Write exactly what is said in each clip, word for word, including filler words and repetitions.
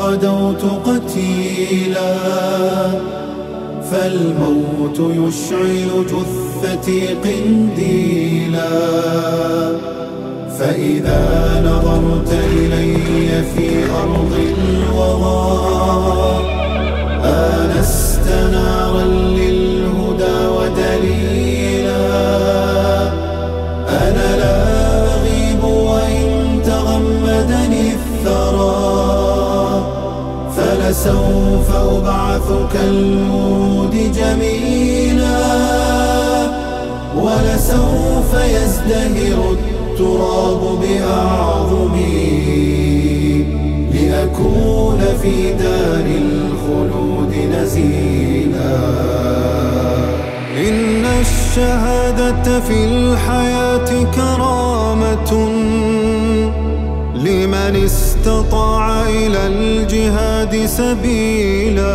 غدوت قتيلا فالموت يشعل جثتي قنديلا. فإذا نظرت إلي في أرض الوغى آنست نارا للهدى ودليلا. أنا لا أغيب وإن تغمدني الثرى فلسوف أبعث كالورود جميلا. ولسوف يزدهر التراب بأعظمي لأكون في دار الخلود نزيلا. إن الشهادة في الحياة كرامة لمن استطاع إلى الجهاد سبيلا.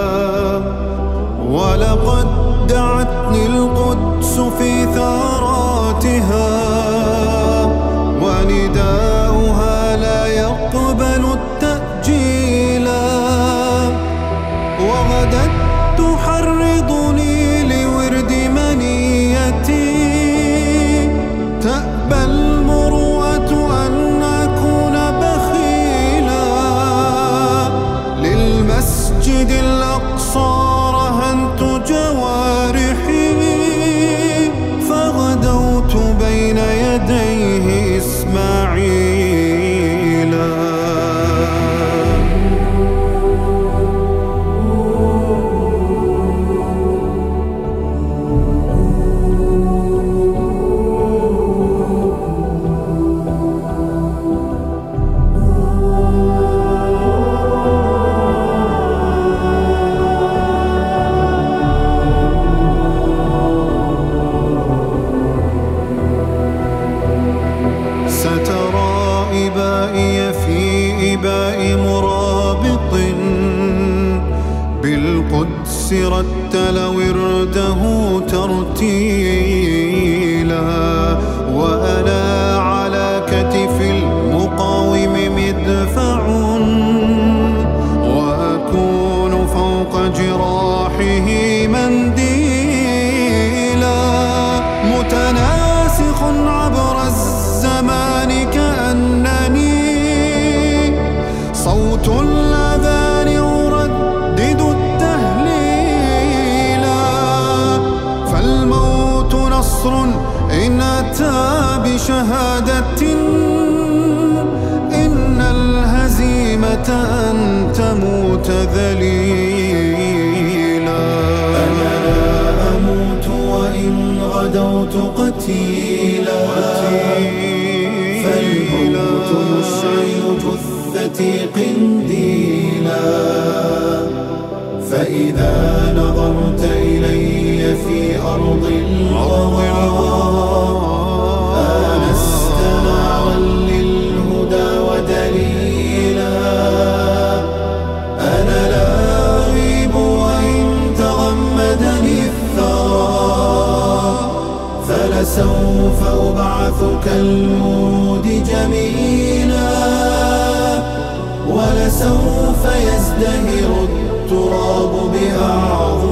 ولقد دعتني القدس في ثاراتها ونداؤها لا يقبل التأجيلا. وغدت تحرضني لورد منيتي تأبى المروءة أن أكون بخيلا. للمسجد الأقصى رهنت جوارحي فغدوت بين يديه إسماعيلا. سترى إبائي في إباء مرابط بالقدس رتل ورده ترتيلا. وأنا على كتف المقاوم مدفع وأكون فوق جراحه منديلا. متناسخ عبر الزمان كأنني صوت الأذان يردد التهليلا. فالموت نصر إن أتى بشهادة إن الهزيمة أن تموت ذليلا. أنا لا أموت وإن غدوت قتيلا فالموت يشعل جثتي قنديلا. فإذا نظرت إلي في أرض الوغى آنست نارا للهدى ودليلا. أنا لا أغيب وإن تغمدني الثرى فلسوف أبعث كالورود جميلا. ولسوف يزدهر التراب بأعظم